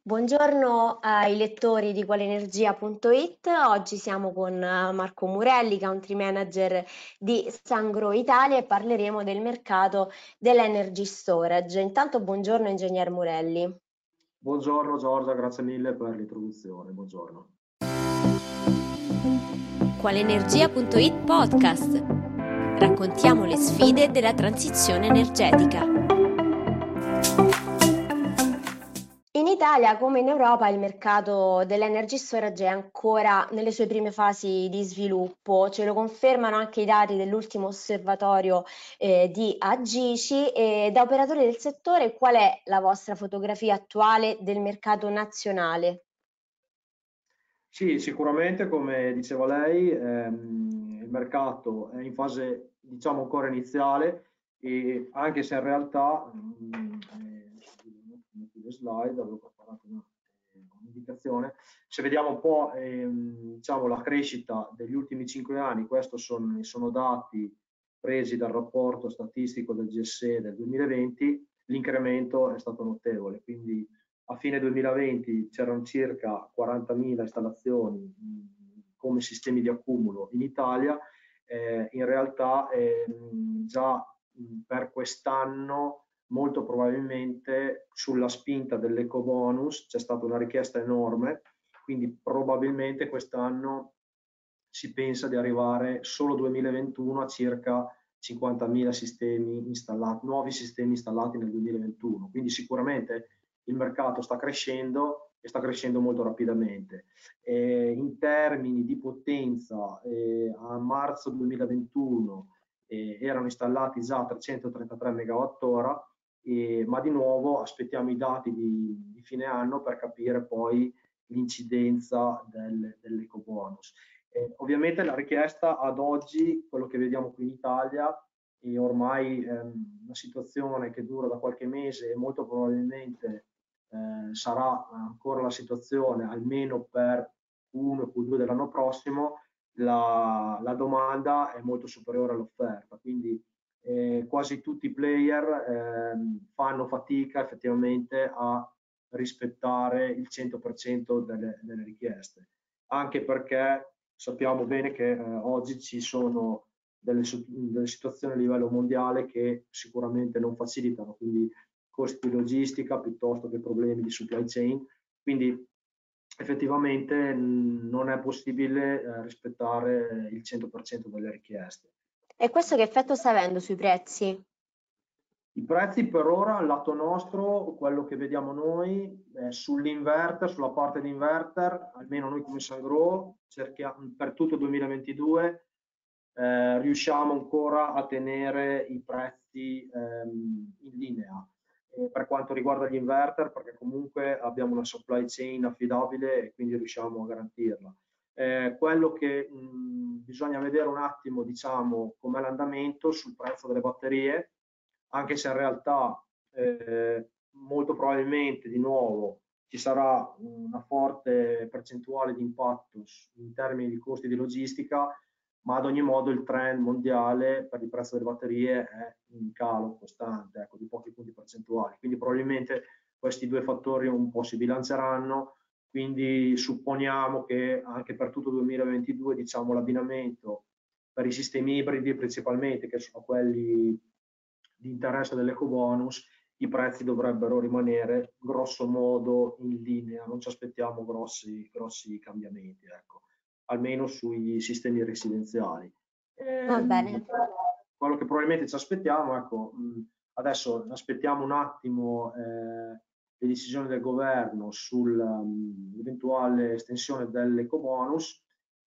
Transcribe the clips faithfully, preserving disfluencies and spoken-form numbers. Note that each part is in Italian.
Buongiorno ai lettori di qualenergia punto it. Oggi siamo con eh, Marco Murelli, Country Manager di Sangro Italia e parleremo del mercato dell'energy storage. Intanto buongiorno Ingegner Murelli. Buongiorno Giorgia, grazie mille per l'introduzione. Buongiorno. qualenergia punto it Podcast. Raccontiamo le sfide della transizione energetica. In Italia, come in Europa, il mercato dell'energy storage è ancora nelle sue prime fasi di sviluppo. Ce lo confermano anche i dati dell'ultimo osservatorio eh, di Agici. E da operatore del settore, qual è la vostra fotografia attuale del mercato nazionale? Sì, sicuramente, come diceva lei, ehm, il mercato è in fase, diciamo, ancora iniziale, e anche se in realtà, mm, eh, le slide, avevo preparato una, eh, un'indicazione, se vediamo un po', ehm, diciamo, la crescita degli ultimi cinque anni, questi sono, sono dati presi dal rapporto statistico del G S E del duemilaventi, l'incremento è stato notevole, quindi a fine duemilaventi c'erano circa quarantamila installazioni mh, come sistemi di accumulo in Italia. Eh, in realtà eh, già mh, per quest'anno molto probabilmente sulla spinta dell'ecobonus c'è stata una richiesta enorme, quindi probabilmente quest'anno si pensa di arrivare solo duemilaventuno a circa cinquantamila sistemi installati, nuovi sistemi installati nel duemilaventuno. Quindi sicuramente il mercato sta crescendo e sta crescendo molto rapidamente. Eh, in termini di potenza, eh, a marzo duemilaventuno eh, erano installati già trecentotrentatré megawattora, eh, ma di nuovo aspettiamo i dati di, di fine anno per capire poi l'incidenza del, dell'ecobonus. Eh, ovviamente la richiesta ad oggi, quello che vediamo qui in Italia, è ormai ehm, una situazione che dura da qualche mese e molto probabilmente eh, sarà ancora la situazione almeno per Q uno e Q due dell'anno prossimo. La, la domanda è molto superiore all'offerta, quindi eh, quasi tutti i player eh, fanno fatica effettivamente a rispettare il cento per cento delle, delle richieste, anche perché sappiamo bene che eh, oggi ci sono delle, delle situazioni a livello mondiale che sicuramente non facilitano, quindi costi di logistica piuttosto che problemi di supply chain, quindi effettivamente mh, non è possibile eh, rispettare il cento per cento delle richieste. E questo che effetto sta avendo sui prezzi? I prezzi per ora, al lato nostro, quello che vediamo noi, eh, sull'inverter, sulla parte di inverter, almeno noi come Sangro, cerchiamo, per tutto il duemilaventidue, eh, riusciamo ancora a tenere i prezzi ehm, in linea. Eh, per quanto riguarda gli inverter, perché comunque abbiamo una supply chain affidabile e quindi riusciamo a garantirla. Eh, quello che mh, bisogna vedere un attimo, diciamo, com'è l'andamento sul prezzo delle batterie, anche se in realtà eh, molto probabilmente di nuovo ci sarà una forte percentuale di impatto in termini di costi di logistica, ma ad ogni modo il trend mondiale per il prezzo delle batterie è in calo costante, ecco, di pochi punti percentuali. Quindi probabilmente questi due fattori un po' si bilanceranno, quindi supponiamo che anche per tutto il duemilaventidue, diciamo, l'abbinamento per i sistemi ibridi principalmente, che sono quelli di interesse dell'ecobonus, i prezzi dovrebbero rimanere grosso modo in linea, non ci aspettiamo grossi, grossi cambiamenti, ecco, almeno sui sistemi residenziali. Va Ehm, bene. quello che probabilmente ci aspettiamo, ecco, mh, adesso aspettiamo un attimo eh, le decisioni del governo sull'eventuale estensione dell'ecobonus.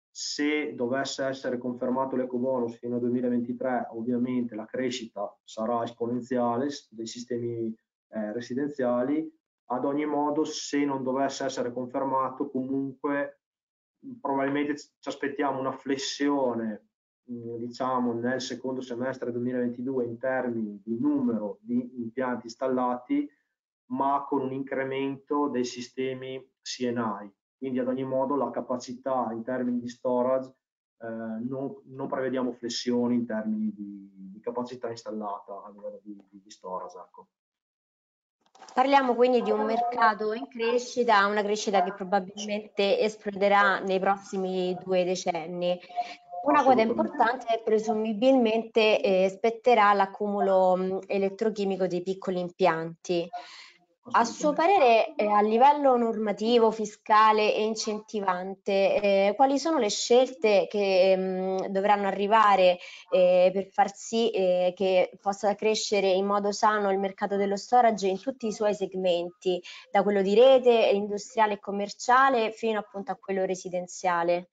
Se dovesse essere confermato l'ecobonus fino al duemilaventitré, ovviamente la crescita sarà esponenziale dei sistemi eh, residenziali. Ad ogni modo, se non dovesse essere confermato, comunque probabilmente ci aspettiamo una flessione diciamo nel secondo semestre duemilaventidue in termini di numero di impianti installati, ma con un incremento dei sistemi C N I. Quindi ad ogni modo la capacità in termini di storage eh, non, non, prevediamo flessioni in termini di, di capacità installata a livello di, di, di storage. Ecco. Parliamo quindi di un mercato in crescita, una crescita che probabilmente esploderà nei prossimi due decenni. Una quota Assolutamente, importante presumibilmente eh, spetterà all'accumulo mh, elettrochimico dei piccoli impianti. A suo assolutamente. parere, eh, a livello normativo, fiscale e incentivante, eh, quali sono le scelte che mh, dovranno arrivare eh, per far sì eh, che possa crescere in modo sano il mercato dello storage in tutti i suoi segmenti, da quello di rete, industriale e commerciale, fino appunto a quello residenziale?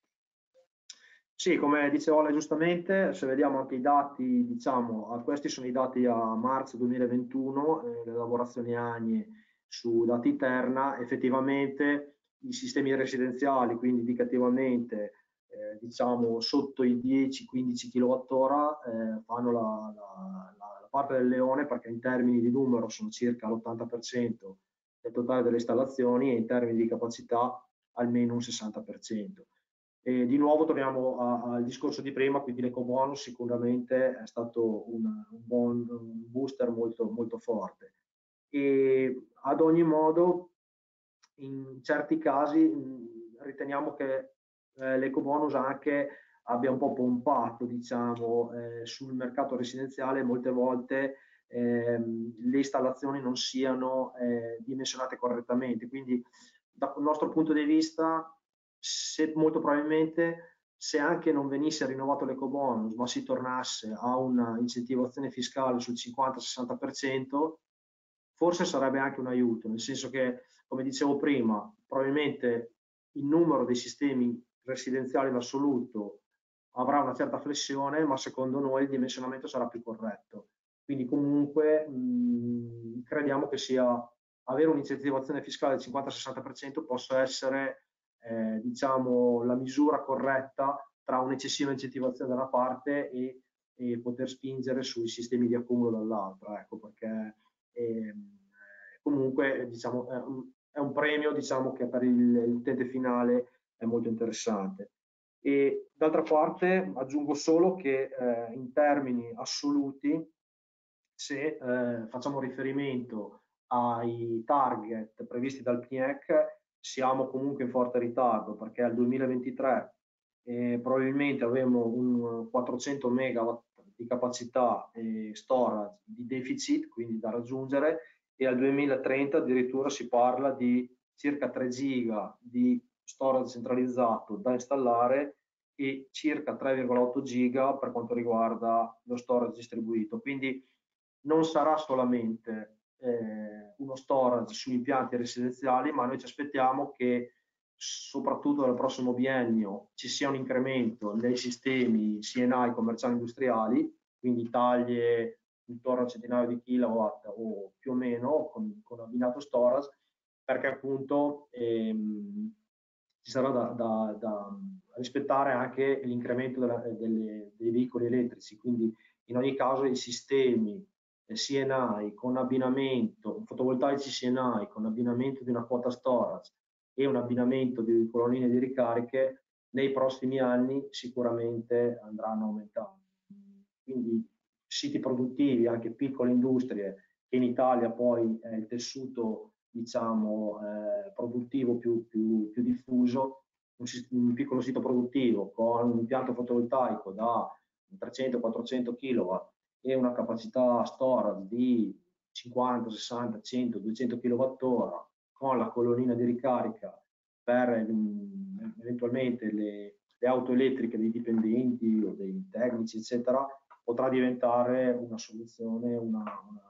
Sì, come diceva Ola giustamente, se vediamo anche i dati, diciamo, a questi sono i dati a marzo duemilaventuno, eh, le lavorazioni AGNI su dati Terna, effettivamente i sistemi residenziali, quindi indicativamente, eh, diciamo, sotto i dieci quindici kWh, eh, fanno la, la- la- la parte del leone perché in termini di numero sono circa l'ottanta per cento del totale delle installazioni e in termini di capacità almeno un sessanta per cento. E di nuovo torniamo a- al discorso di prima, quindi l'ecobonus sicuramente è stato un, un buon un booster molto, molto forte. E ad ogni modo, in certi casi mh, riteniamo che eh, l'ecobonus anche abbia un po' pompato, diciamo, eh, sul mercato residenziale, molte volte ehm, le installazioni non siano eh, dimensionate correttamente. Quindi, dal nostro punto di vista, se, molto probabilmente, se anche non venisse rinnovato l'ecobonus, ma si tornasse a una incentivazione fiscale sul cinquanta sessanta per cento, forse sarebbe anche un aiuto, nel senso che, come dicevo prima, probabilmente il numero dei sistemi residenziali in assoluto avrà una certa flessione, ma secondo noi il dimensionamento sarà più corretto. Quindi comunque mh, crediamo che sia avere un'incentivazione fiscale del cinquanta sessanta per cento possa essere eh, diciamo, la misura corretta tra un'eccessiva incentivazione da una parte e, e poter spingere sui sistemi di accumulo dall'altra. Ecco, perché ehm, comunque diciamo, è, un, è un premio diciamo, che per il, l'utente finale è molto interessante. E d'altra parte aggiungo solo che eh, in termini assoluti, se eh, facciamo riferimento ai target previsti dal P N I E C, siamo comunque in forte ritardo perché al duemilaventitré eh, probabilmente avremo un quattrocento megawatt di capacità e storage di deficit, quindi da raggiungere, e al duemilatrenta addirittura si parla di circa tre giga di storage centralizzato da installare e circa tre virgola otto giga per quanto riguarda lo storage distribuito. Quindi non sarà solamente eh, uno storage su impianti residenziali, ma noi ci aspettiamo che soprattutto nel prossimo biennio ci sia un incremento nei sistemi C N I commerciali industriali, quindi taglie intorno a un centinaio di kilowatt o più o meno con, con abbinato storage, perché appunto ehm, ci sarà da, da, da, rispettare anche l'incremento della, delle, dei veicoli elettrici, quindi in ogni caso i sistemi C N I con abbinamento, fotovoltaici C N I con abbinamento di una quota storage e un abbinamento di colonnine di ricariche nei prossimi anni sicuramente andranno aumentando. Quindi siti produttivi, anche piccole industrie, che in Italia poi è il tessuto diciamo, eh, produttivo più, più, più diffuso, un, un piccolo sito produttivo con un impianto fotovoltaico da trecento quattrocento kilowatt e una capacità storage di cinquanta, sessanta, cento, duecento kilowattora con la colonnina di ricarica per mh, eventualmente le, le auto elettriche dei dipendenti o dei tecnici, eccetera, potrà diventare una soluzione, una, una,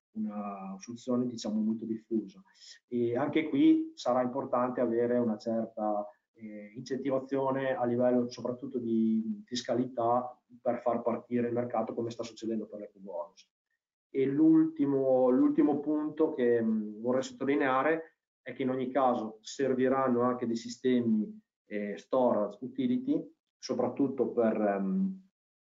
una soluzione diciamo molto diffusa. E anche qui sarà importante avere una certa eh, incentivazione a livello soprattutto di fiscalità per far partire il mercato come sta succedendo per l'ecobonus. E l'ultimo, l'ultimo punto che mh, vorrei sottolineare è che in ogni caso serviranno anche dei sistemi eh, storage utility, soprattutto per, um,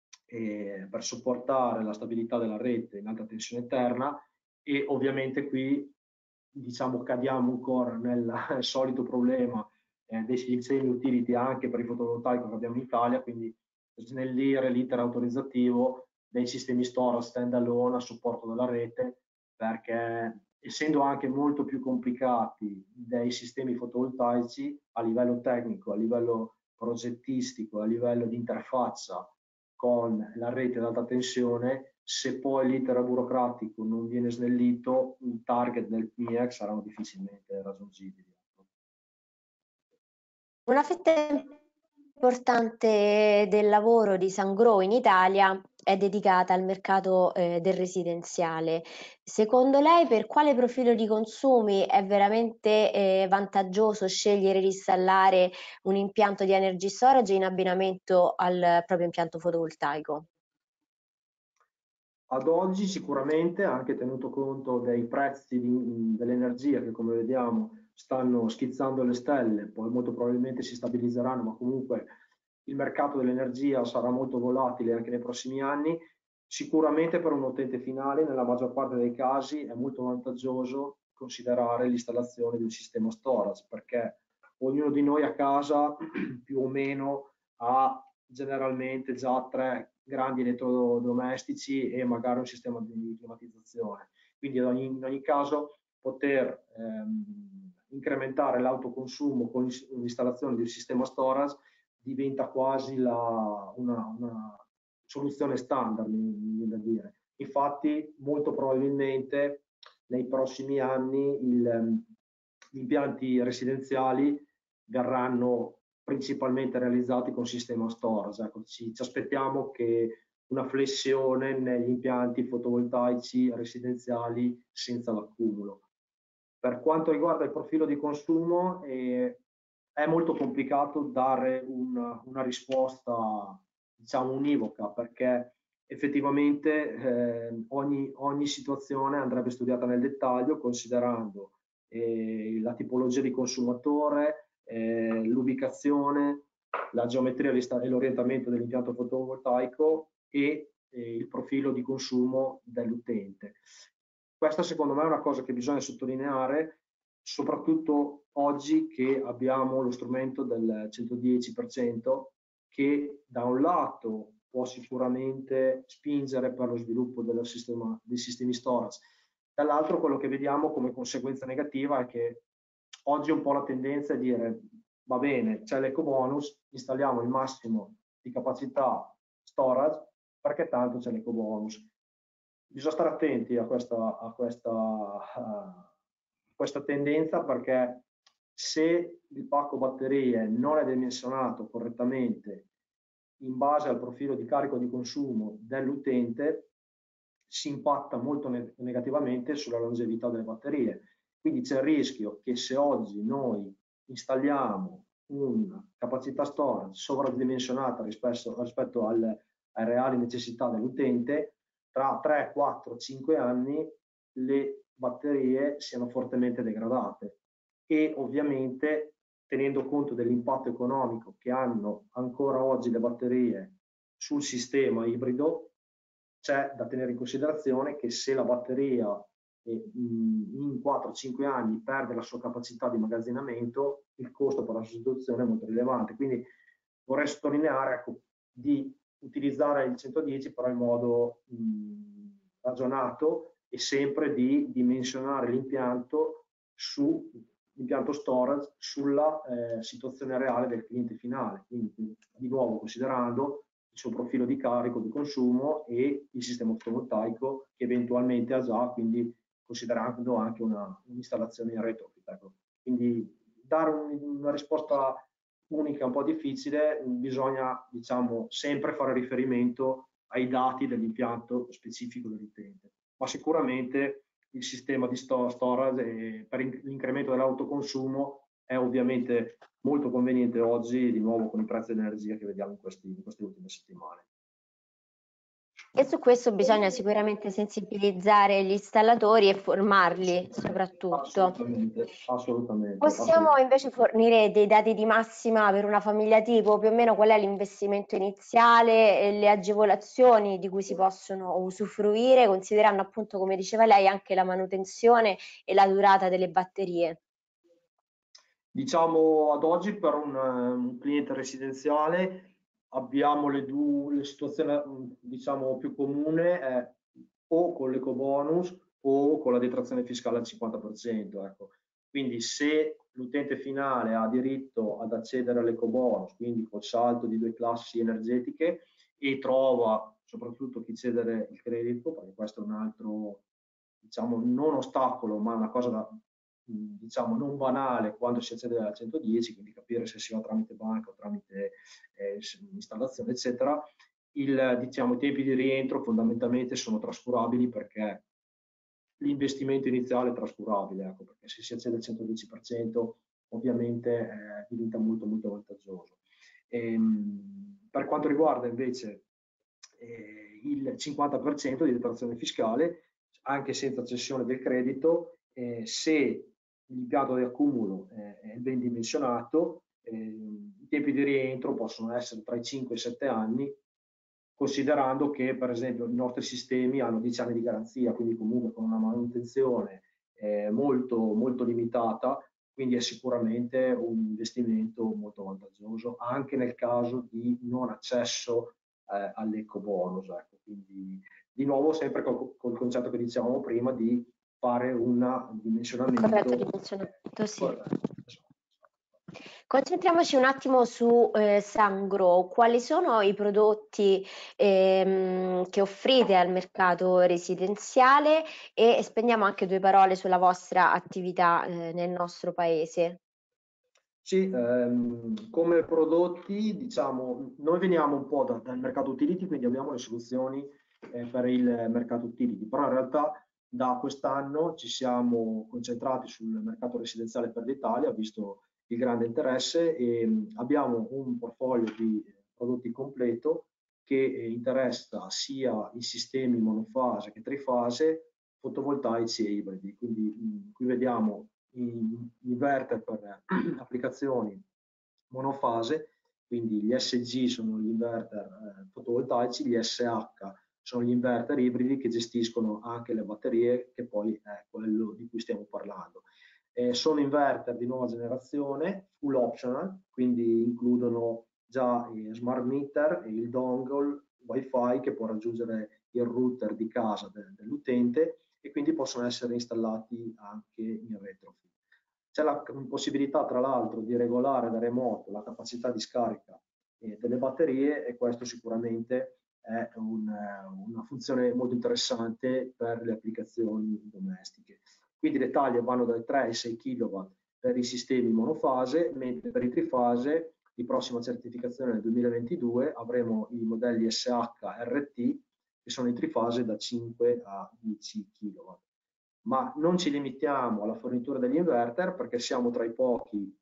eh, per supportare la stabilità della rete in alta tensione eterna, e ovviamente qui diciamo cadiamo ancora nel solito problema eh, dei sistemi utility anche per il fotovoltaico che abbiamo in Italia, quindi snellire l'iter autorizzativo dei sistemi storage stand alone a supporto della rete, perché essendo anche molto più complicati dei sistemi fotovoltaici a livello tecnico, a livello progettistico, a livello di interfaccia con la rete ad alta tensione, se poi l'iter burocratico non viene snellito, i target del P I E C saranno difficilmente raggiungibili. Una fetta importante del lavoro di Sungrow in Italia è dedicata al mercato eh, del residenziale. Secondo lei, per quale profilo di consumi è veramente eh, vantaggioso scegliere di installare un impianto di energy storage in abbinamento al proprio impianto fotovoltaico? Ad oggi sicuramente, anche tenuto conto dei prezzi dell'energia che, come vediamo, stanno schizzando le stelle, poi molto probabilmente si stabilizzeranno, ma comunque il mercato dell'energia sarà molto volatile anche nei prossimi anni. Sicuramente per un utente finale, nella maggior parte dei casi, è molto vantaggioso considerare l'installazione di un sistema storage, perché ognuno di noi a casa più o meno ha generalmente già tre grandi elettrodomestici e magari un sistema di climatizzazione. Quindi in ogni, in ogni caso poter ehm, incrementare l'autoconsumo con l'installazione di un sistema storage diventa quasi la, una, una soluzione standard, mi viene da dire. Infatti molto probabilmente nei prossimi anni il, gli impianti residenziali verranno principalmente realizzati con sistema storage. Ecco, ci, ci aspettiamo che una flessione negli impianti fotovoltaici residenziali senza l'accumulo. Per quanto riguarda il profilo di consumo, eh, è molto complicato dare una, una risposta, diciamo, univoca, perché effettivamente eh, ogni, ogni situazione andrebbe studiata nel dettaglio, considerando eh, la tipologia di consumatore, eh, l'ubicazione, la geometria e l'orientamento dell'impianto fotovoltaico e eh, il profilo di consumo dell'utente. Questa secondo me è una cosa che bisogna sottolineare, soprattutto oggi che abbiamo lo strumento del centodieci per cento, che da un lato può sicuramente spingere per lo sviluppo del sistema, dei sistemi storage. Dall'altro quello che vediamo come conseguenza negativa è che oggi un po' la tendenza è dire va bene, c'è l'ecobonus, installiamo il massimo di capacità storage perché tanto c'è l'ecobonus. Bisogna stare attenti a questa, a questa, a questa tendenza, perché se il pacco batterie non è dimensionato correttamente in base al profilo di carico di consumo dell'utente, si impatta molto negativamente sulla longevità delle batterie. Quindi c'è il rischio che se oggi noi installiamo una capacità storage sovradimensionata rispetto, rispetto alle, alle reali necessità dell'utente, tra tre, quattro, cinque anni le batterie siano fortemente degradate e ovviamente tenendo conto dell'impatto economico che hanno ancora oggi le batterie sul sistema ibrido, c'è da tenere in considerazione che se la batteria in quattro cinque anni perde la sua capacità di immagazzinamento, il costo per la sostituzione è molto rilevante. Quindi vorrei sottolineare, ecco, di utilizzare il centodieci però in modo mh, ragionato e sempre di dimensionare l'impianto su l'impianto storage sulla eh, situazione reale del cliente finale, quindi di nuovo considerando il suo profilo di carico, di consumo e il sistema fotovoltaico che eventualmente ha già, quindi considerando anche un'installazione in retrofit. Ecco. Quindi dare un, una risposta unica è un po' difficile, bisogna, diciamo, sempre fare riferimento ai dati dell'impianto specifico dell'utente, ma sicuramente il sistema di storage eh, per l'incremento dell'autoconsumo è ovviamente molto conveniente oggi, di nuovo con i prezzi dell'energia che vediamo in, questi, in queste ultime settimane. E su questo bisogna sicuramente sensibilizzare gli installatori e formarli soprattutto. Assolutamente, assolutamente. Possiamo assolutamente. invece fornire dei dati di massima per una famiglia tipo, più o meno qual è l'investimento iniziale e le agevolazioni di cui si possono usufruire, considerando appunto, come diceva lei, anche la manutenzione e la durata delle batterie? Diciamo ad oggi per un, un cliente residenziale abbiamo le due le situazioni, diciamo, più comune è o con l'ecobonus o con la detrazione fiscale al cinquanta per cento. Ecco. Quindi se l'utente finale ha diritto ad accedere all'ecobonus, quindi col salto di due classi energetiche, e trova soprattutto chi cedere il credito, perché questo è un altro, diciamo, non ostacolo, ma una cosa da, diciamo, non banale quando si accede al centodieci, quindi capire se si va tramite banca o tramite eh, installazione, eccetera. Il, diciamo, i tempi di rientro fondamentalmente sono trascurabili, perché l'investimento iniziale è trascurabile, ecco, perché se si accede al centodieci per cento ovviamente eh, diventa molto molto vantaggioso. Ehm, per quanto riguarda invece eh, il cinquanta per cento di detrazione fiscale, anche senza cessione del credito, eh, se l'impianto di accumulo eh, è ben dimensionato, eh, i tempi di rientro possono essere tra i cinque e i sette anni, considerando che per esempio i nostri sistemi hanno dieci anni di garanzia, quindi comunque con una manutenzione eh, molto, molto limitata, quindi è sicuramente un investimento molto vantaggioso anche nel caso di non accesso eh, all'ecobonus. Ecco. Quindi di nuovo sempre col, col concetto che dicevamo prima di fare un dimensionamento corretto dimensionamento, sì. corretto. Concentriamoci un attimo su eh, Sungrow. Quali sono i prodotti ehm, che offrite al mercato residenziale, e spendiamo anche due parole sulla vostra attività eh, nel nostro paese. Sì, ehm, come prodotti, diciamo, noi veniamo un po' da, dal mercato utility, quindi abbiamo le soluzioni eh, per il mercato utility, però in realtà da quest'anno ci siamo concentrati sul mercato residenziale per l'Italia, visto il grande interesse, e mh, abbiamo un portfolio di prodotti completo che eh, interessa sia i sistemi monofase che trifase, fotovoltaici e ibridi. Quindi mh, qui vediamo inverter per applicazioni monofase, quindi gli S G sono gli inverter eh, fotovoltaici, gli S H sono gli inverter ibridi che gestiscono anche le batterie, che poi è quello di cui stiamo parlando. Eh, sono inverter di nuova generazione, full optional, quindi includono già il smart meter e il dongle wifi che può raggiungere il router di casa de- dell'utente, e quindi possono essere installati anche in retrofit. C'è la possibilità, tra l'altro, di regolare da remoto la capacità di scarica eh, delle batterie, e questo sicuramente è un, una funzione molto interessante per le applicazioni domestiche. Quindi le taglie vanno dai tre ai sei chilowatt per i sistemi monofase, mentre per i trifase, di prossima certificazione nel duemilaventidue, avremo i modelli S H R T, che sono i trifase da cinque a dieci chilowatt. Ma non ci limitiamo alla fornitura degli inverter, perché siamo tra i pochi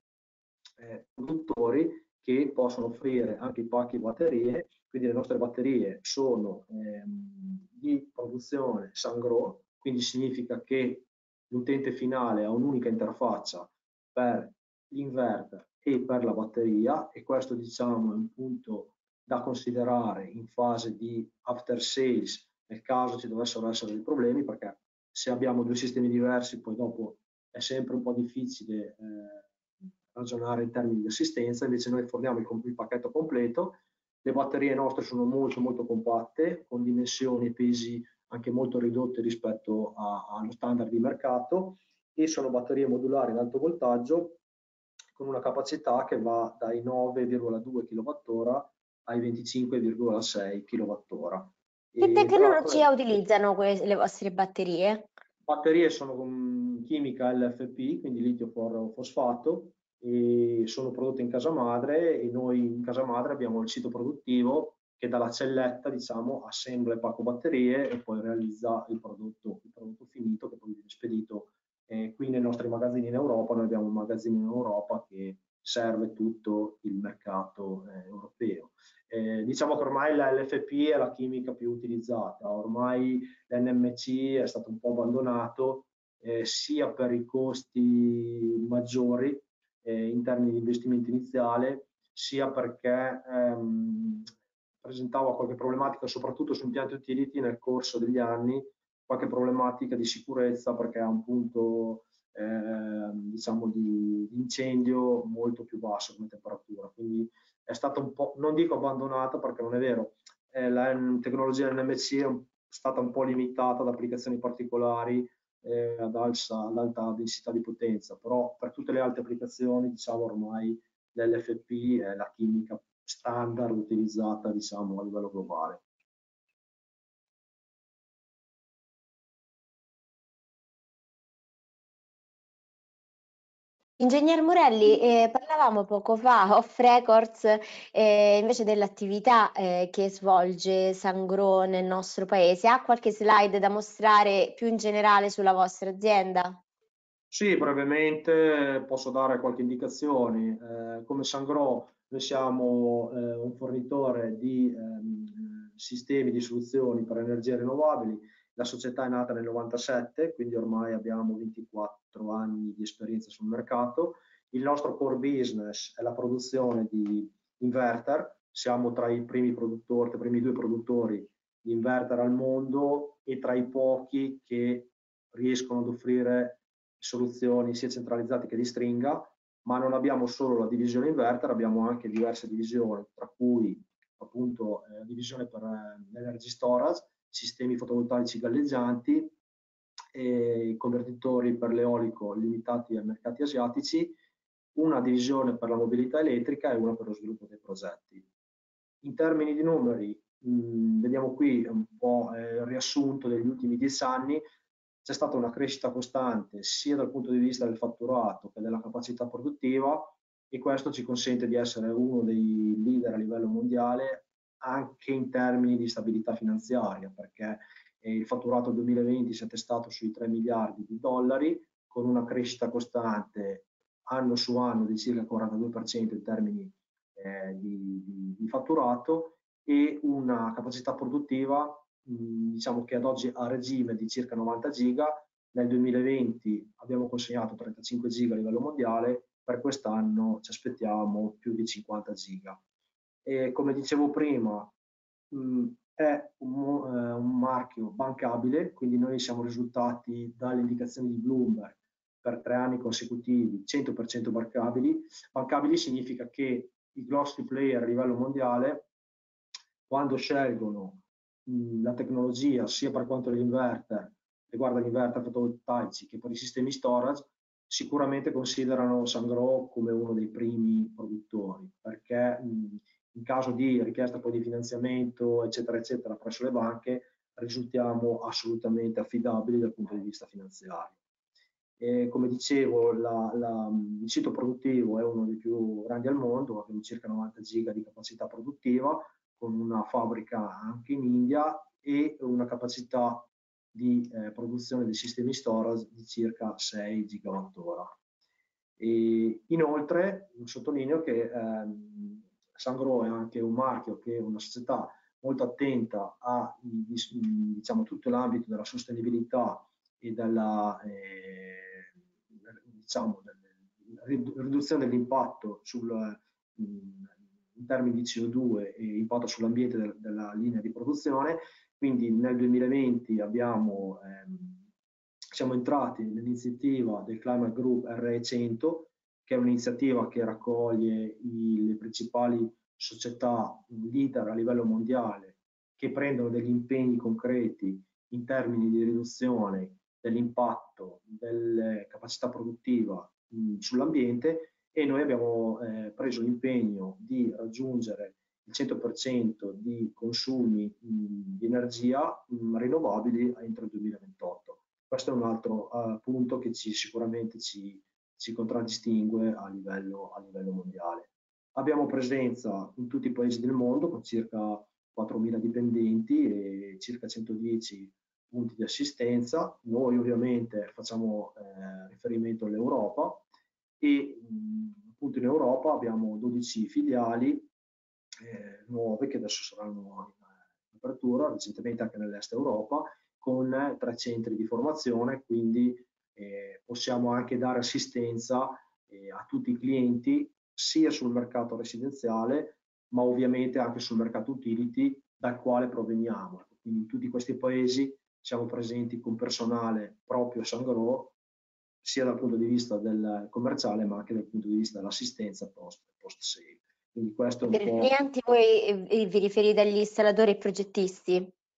eh, produttori che possono offrire anche i pacchi batterie, quindi le nostre batterie sono ehm, di produzione Sungrow, quindi significa che l'utente finale ha un'unica interfaccia per l'inverter e per la batteria, e questo, diciamo, è un punto da considerare in fase di after sales nel caso ci dovessero essere dei problemi, perché se abbiamo due sistemi diversi poi dopo è sempre un po' difficile eh, ragionare in termini di assistenza. Invece noi forniamo il, il pacchetto completo. Le batterie nostre sono molto molto compatte, con dimensioni e pesi anche molto ridotti rispetto a, allo standard di mercato, e sono batterie modulari ad alto voltaggio con una capacità che va dai nove virgola due chilowattora ai venticinque virgola sei chilowattora. Che tecnologia utilizzano le vostre batterie? Batterie sono con chimica L F P, quindi litio fosfato, e sono prodotte in casa madre, e noi in casa madre abbiamo il sito produttivo che dalla celletta, diciamo, assembla il pacco batterie e poi realizza il prodotto, il prodotto finito, che poi viene spedito eh, qui nei nostri magazzini in Europa. Noi abbiamo un magazzino in Europa che serve tutto il mercato eh, europeo. Eh, diciamo che ormai la L F P è la chimica più utilizzata, ormai l'N M C è stato un po' abbandonato eh, sia per i costi maggiori eh, in termini di investimento iniziale, sia perché ehm, presentava qualche problematica, soprattutto su impianti utility nel corso degli anni, qualche problematica di sicurezza, perché ha un punto eh, diciamo di, di incendio molto più basso come temperatura. Quindi è stata un po', non dico abbandonata perché non è vero, eh, la tecnologia N M C è un stata un po' limitata ad applicazioni particolari eh, ad, alza, ad alta densità di potenza, però per tutte le altre applicazioni, diciamo, ormai l'L F P è la chimica standard utilizzata, diciamo, a livello globale. Ingegner Morelli, eh, parlavamo poco fa, off records, eh, invece dell'attività eh, che svolge Sangro nel nostro paese. Ha qualche slide da mostrare più in generale sulla vostra azienda? Sì, brevemente posso dare qualche indicazione. Eh, come Sangro noi siamo eh, un fornitore di ehm, sistemi di soluzioni per energie rinnovabili. La società è nata nel novantasette, quindi ormai abbiamo ventiquattro anni di esperienza sul mercato. Il nostro core business è la produzione di inverter. Siamo tra i primi produttori, tra i primi due produttori di inverter al mondo e tra i pochi che riescono ad offrire soluzioni sia centralizzate che di stringa, ma non abbiamo solo la divisione inverter, abbiamo anche diverse divisioni, tra cui appunto eh, divisione per eh, l'energy storage, sistemi fotovoltaici galleggianti, e convertitori per l'eolico limitati ai mercati asiatici, una divisione per la mobilità elettrica e una per lo sviluppo dei progetti. In termini di numeri, mh, vediamo qui un po' eh, il riassunto degli ultimi dieci anni. C'è stata una crescita costante sia dal punto di vista del fatturato che della capacità produttiva, e questo ci consente di essere uno dei leader a livello mondiale anche in termini di stabilità finanziaria, perché il fatturato duemilaventi si è attestato sui tre miliardi di dollari, con una crescita costante anno su anno di circa il quarantadue per cento in termini eh, di, di, di fatturato, e una capacità produttiva mh, diciamo che ad oggi a regime di circa novanta giga. Nel duemilaventi abbiamo consegnato trentacinque giga a livello mondiale, per quest'anno ci aspettiamo più di cinquanta giga. E come dicevo prima, mh, è un, eh, un marchio bancabile, quindi noi siamo risultati dalle indicazioni di Bloomberg per tre anni consecutivi cento per cento bancabili. Bancabili significa che i grossi player a livello mondiale, quando scelgono mh, la tecnologia, sia per quanto l'inverter riguarda gli inverter fotovoltaici che per i sistemi storage, sicuramente considerano Sangro come uno dei primi produttori, perché mh, in caso di richiesta poi di finanziamento, eccetera, eccetera, presso le banche, risultiamo assolutamente affidabili dal punto di vista finanziario. E come dicevo, la, la, il sito produttivo è uno dei più grandi al mondo, abbiamo circa novanta giga di capacità produttiva, con una fabbrica anche in India e una capacità di eh, produzione dei sistemi storage di circa sei gigawatt ora. E inoltre sottolineo che ehm, Sangro è anche un marchio che è una società molto attenta a diciamo, tutto l'ambito della sostenibilità e della eh, diciamo, riduzione dell'impatto sul, in termini di C O due e impatto sull'ambiente del, della linea di produzione. Quindi nel duemilaventi abbiamo, ehm, siamo entrati nell'iniziativa del Climate Group R E cento, che è un'iniziativa che raccoglie i, le principali società leader a livello mondiale che prendono degli impegni concreti in termini di riduzione dell'impatto delle capacità produttiva sull'ambiente, e noi abbiamo eh, preso l'impegno di raggiungere il cento per cento di consumi mh, di energia mh, rinnovabili entro il duemilaventotto. Questo è un altro uh, punto che ci, sicuramente ci, ci contraddistingue a livello, a livello mondiale. Abbiamo presenza in tutti i paesi del mondo con circa quattromila dipendenti e circa centodieci punti di assistenza. Noi ovviamente facciamo eh, riferimento all'Europa e mh, appunto in Europa abbiamo dodici filiali eh, nuove che adesso saranno in apertura, recentemente anche nell'est Europa, con tre centri di formazione, quindi eh, possiamo anche dare assistenza eh, a tutti i clienti sia sul mercato residenziale ma ovviamente anche sul mercato utility dal quale proveniamo. Quindi in tutti questi paesi siamo presenti con personale proprio a Sangro, sia dal punto di vista del commerciale ma anche dal punto di vista dell'assistenza post, post sale. Quindi questo è un Per po'... i clienti voi eh, vi riferite agli installatori e progettisti?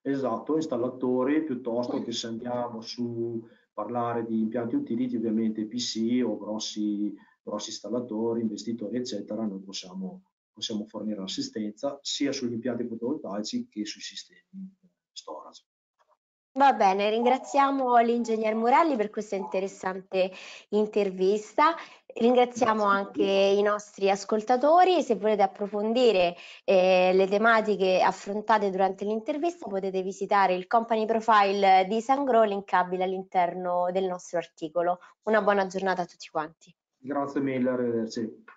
Esatto, installatori, piuttosto che se andiamo su parlare di impianti utility, ovviamente P C o grossi, grossi installatori, investitori, eccetera, noi possiamo, possiamo fornire assistenza sia sugli impianti fotovoltaici che sui sistemi storage. Va bene, ringraziamo l'ingegner Morelli per questa interessante intervista, ringraziamo anche i nostri ascoltatori. Se volete approfondire eh, le tematiche affrontate durante l'intervista potete visitare il company profile di Sangro, linkabile all'interno del nostro articolo. Una buona giornata a tutti quanti. Grazie mille, arrivederci.